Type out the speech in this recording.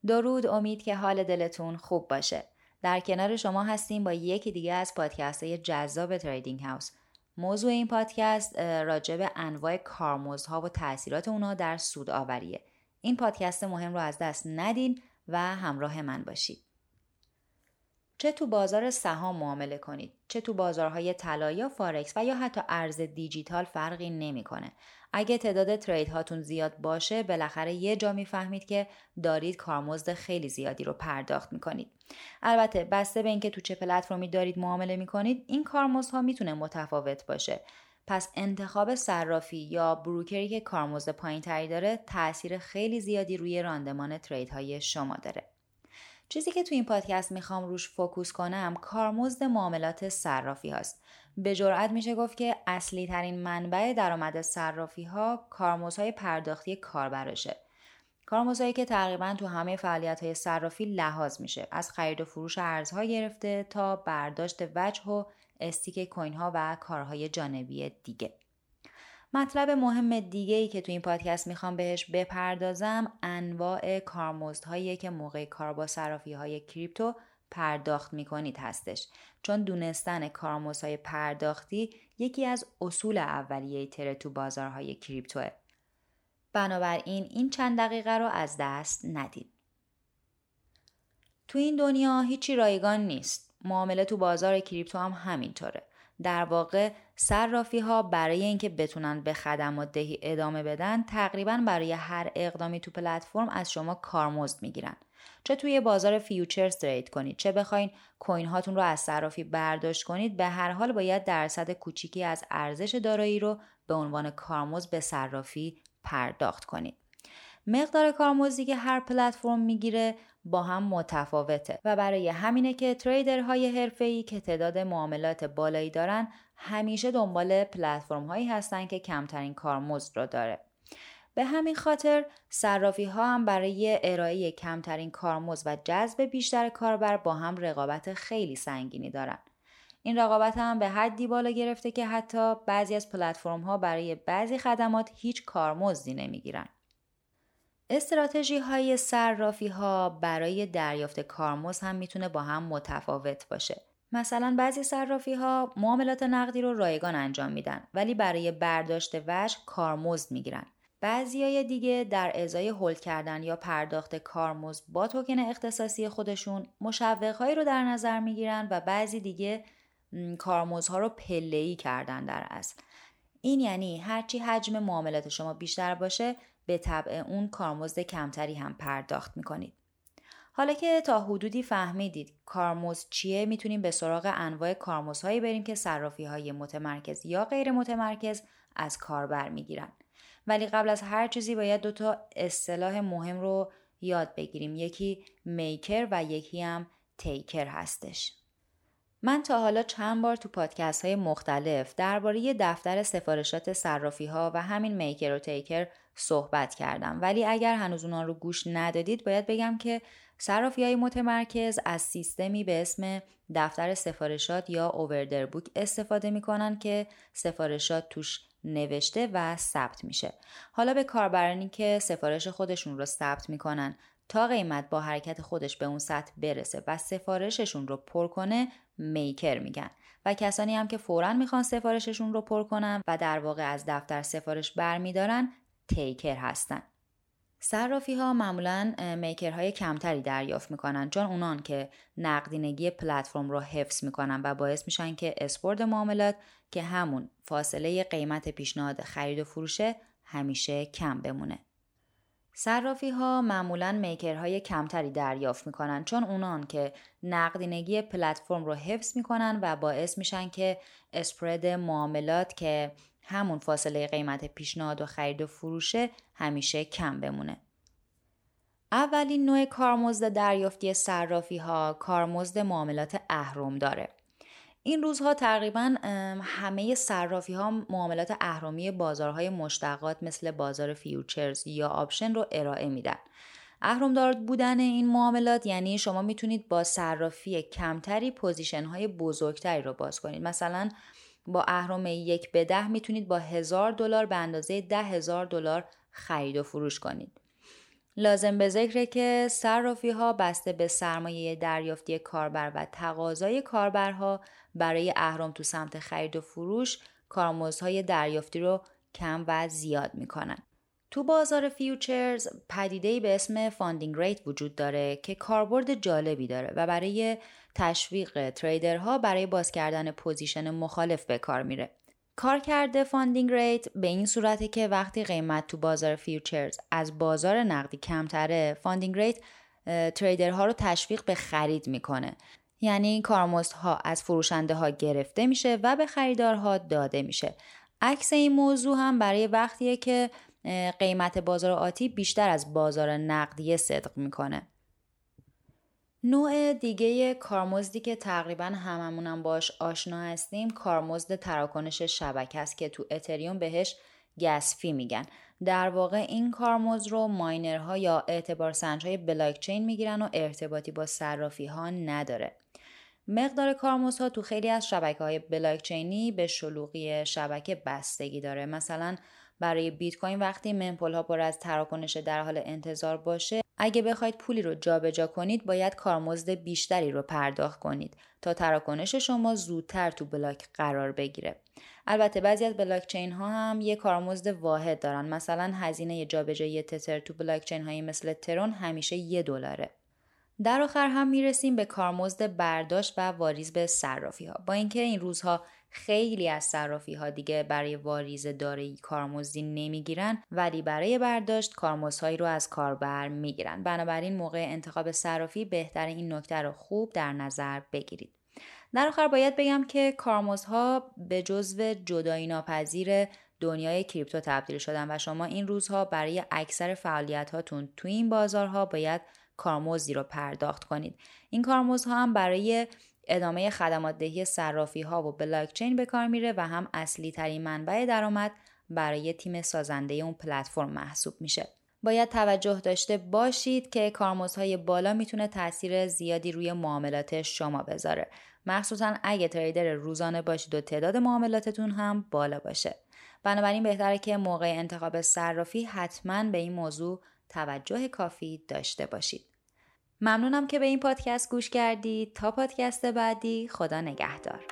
درود، امید که حال دلتون خوب باشه. در کنار شما هستیم با یکی دیگه از پادکست‌های جذاب تریدینگ هاوس. موضوع این پادکست راجع به انواع کارمزدها و تأثیرات اونها در سودآوریه. این پادکست مهم رو از دست ندین و همراه من باشید. چه تو بازار سهام معامله کنید، چه تو بازارهای طلا یا فارکس و یا حتی ارز دیجیتال فرقی نمیکنه. اگه تعداد ترید هاتون زیاد باشه، بالاخره یه جا میفهمید که دارید کارمزد خیلی زیادی رو پرداخت میکنید. البته بسته به اینکه تو چه پلتفرمی دارید معامله میکنید، این کارمزدها میتونه متفاوت باشه. پس انتخاب صرافی یا بروکری که کارمزد پایین‌تری داره، تأثیر خیلی زیادی روی راندمان تریدهای شما داره. چیزی که تو این پادکست میخوام روش فوکوس کنم کارمزد معاملات صرافی هاست. به جرئت میشه گفت که اصلی ترین منبع درآمد صرافی ها کارمزدهای پرداختی کاربرشه. کارمزدهایی که تقریبا تو همه فعالیت های صرافی لحاظ میشه، از خرید و فروش ارزها گرفته تا برداشت وجه و استیک کوین ها و کارهای جانبی دیگه. مطلب مهم دیگه‌ای که تو این پادکست میخوام بهش بپردازم انواع کارمزدهایی که موقع کار با صرافی‌های کریپتو پرداخت میکنید هستش، چون دونستن کارمزدهای پرداختی یکی از اصول اولیه تره تو بازارهای کریپتوه. بنابراین این چند دقیقه رو از دست ندید. تو این دنیا هیچی رایگان نیست. معامله تو بازار کریپتو هم همینطوره. در واقع صرافی ها برای اینکه بتونن به خدمات دهی ادامه بدن تقریبا برای هر اقدامی تو پلتفرم از شما کارمزد میگیرن. چه توی بازار فیوچرز ترید کنید، چه بخواین کوین هاتون رو از صرافی برداشت کنید، به هر حال باید درصد کوچیکی از ارزش دارایی رو به عنوان کارمزد به صرافی پرداخت کنید. مقدار کارمزدی که هر پلتفرم میگیره با هم متفاوته و برای همینه که تریدرهای حرفه‌ای که تعداد معاملات بالایی دارن همیشه دنبال پلتفرم هایی هستن که کمترین کارمزد رو داره. به همین خاطر صرافی ها هم برای ارائه کمترین کارمزد و جذب بیشتر کاربر با هم رقابت خیلی سنگینی دارن. این رقابت هم به حدی بالا گرفته که حتی بعضی از پلتفرم ها برای بعضی خدمات هیچ کارمزدی نمیگیرن. استراتژی های صرافی ها برای دریافت کارمزد هم میتونه با هم متفاوت باشه. مثلا بعضی صرافی ها معاملات نقدی رو رایگان انجام میدن ولی برای برداشت وجه کارمزد میگیرن. بعضیای دیگه در ازای هولد کردن یا پرداخت کارمزد با توکن اختصاصی خودشون مشوق‌هایی رو در نظر میگیرن و بعضی دیگه کارمزدها رو پله‌ای کردن در اصل. این یعنی هرچی حجم معاملات شما بیشتر باشه به طبع اون کارمزد کمتری هم پرداخت میکنید. حالا که تا حدودی فهمیدید کارمزد چیه، میتونیم به سراغ انواع کارمزدهایی بریم که صرافی‌های متمرکز یا غیر متمرکز از کاربر میگیرن. ولی قبل از هر چیزی باید 2 اصطلاح مهم رو یاد بگیریم. یکی میکر و یکی هم تیکر هستش. من تا حالا چند بار تو پادکست های مختلف درباره دفتر سفارشات صرافی ها و همین میکر و تیکر صحبت کردم، ولی اگر هنوز اونا رو گوش ندادید باید بگم که صرافی های متمرکز از سیستمی به اسم دفتر سفارشات یا اوردر بوک استفاده میکنن که سفارشات توش نوشته و ثبت میشه. حالا به کاربرانی که سفارش خودشون رو ثبت میکنن تا قیمت با حرکت خودش به اون سطح برسه و سفارششون رو پر کنه میکر میگن و کسانی هم که فوراً میخوان سفارششون رو پر کنن و در واقع از دفتر سفارش برمیدارن تیکر هستن. صرافی ها معمولاً میکرهای کمتری دریافت میکنن چون اونان که نقدینگی پلتفرم رو حفظ میکنن و باعث میشن که اسپرد معاملات که همون فاصله قیمت پیشنهاد خرید و فروشه همیشه کم بمونه. صرافی ها معمولاً میکرهای کمتری دریافت میکنن چون اونان که نقدینگی پلتفرم رو حفظ میکنن و باعث میشن که اسپرد معاملات که همون فاصله قیمت پیشنهاد و خرید و فروشه همیشه کم بمونه. اولین نوع کارمزد دریافتی صرافی ها کارمزد معاملات اهرم داره. این روزها تقریباً همه صرافی ها معاملات اهرمی بازارهای مشتقات مثل بازار فیوچرز یا آپشن رو ارائه میدن. اهرمدار بودن این معاملات یعنی شما میتونید با صرافی کمتری پوزیشن های بزرگتری رو باز کنید. مثلا با اهرم 1/10 میتونید با $1000 به اندازه $10,000 خرید و فروش کنید. لازم به ذکره که صرافی‌ها بسته به سرمایه دریافتی کاربر و تقاضای کاربرها برای اهرم تو سمت خرید و فروش کارمزدهای دریافتی رو کم و زیاد میکنن. تو بازار فیوچرز پدیده‌ای به اسم فاندینگ ریت وجود داره که کاربرد جالبی داره و برای تشویق تریدرها برای باز کردن پوزیشن مخالف به کار میره. کارکرد فاندینگ ریت به این صورته که وقتی قیمت تو بازار فیوچرز از بازار نقدی کمتره، فاندینگ ریت تریدرها رو تشویق به خرید میکنه. یعنی کارمزدها از فروشنده ها گرفته میشه و به خریدارها داده میشه. عکس این موضوع هم برای وقتیه که قیمت بازار آتی بیشتر از بازار نقدی صدق میکنه. نوع دیگه کارمزدی که تقریبا هممونم باش آشنا هستیم کارمزد تراکنش شبکه است که تو اتریوم بهش گس فی میگن. در واقع این کارمزد رو ماینرها یا اعتبار سنج‌های بلاکچین میگیرن و ارتباطی با صرافی‌ها نداره. مقدار کارمزدها تو خیلی از شبکه‌های بلاکچینی به شلوغی شبکه بستگی داره. مثلا برای بیت کوین وقتی ممپل‌ها پر از تراکنش در حال انتظار باشه، اگه بخواید پولی رو جابجا کنید باید کارمزد بیشتری رو پرداخت کنید تا تراکنش شما زودتر تو بلاک قرار بگیره. البته بعضی از بلاکچین ها هم یه کارمزد واحد دارن. مثلا هزینه جابجایی تتر تو بلاکچین هایی مثل ترون همیشه $1. در آخر هم میرسیم به کارمزد برداشت و واریز به صرافی ها. با اینکه این روزها خیلی از صرافی ها دیگه برای واریز دارایی کارمزدی نمیگیرن، ولی برای برداشت کارمزدهایی رو از کاربر میگیرن. بنابراین موقع انتخاب صرافی بهتر این نکته رو خوب در نظر بگیرید. در آخر باید بگم که کارمزدها به جزو جدایی ناپذیر دنیای کریپتو تبدیل شدن و شما این روزها برای اکثر فعالیت هاتون تو این بازارها باید کارمزدی رو پرداخت کنید. این کارمزدها هم برای ادامه خدمات دهی صرافی ها و بلاکچین به کار میره و هم اصلی ترین منبع درآمد برای تیم سازنده اون پلتفرم محسوب میشه. باید توجه داشته باشید که کارمزدهای بالا میتونه تاثیر زیادی روی معاملات شما بذاره، مخصوصا اگه تریدر روزانه باشید و تعداد معاملاتتون هم بالا باشه. بنابراین بهتره که موقع انتخاب صرافی حتما به این موضوع توجه کافی داشته باشید. ممنونم که به این پادکست گوش کردید. تا پادکست بعدی، خدا نگهدار.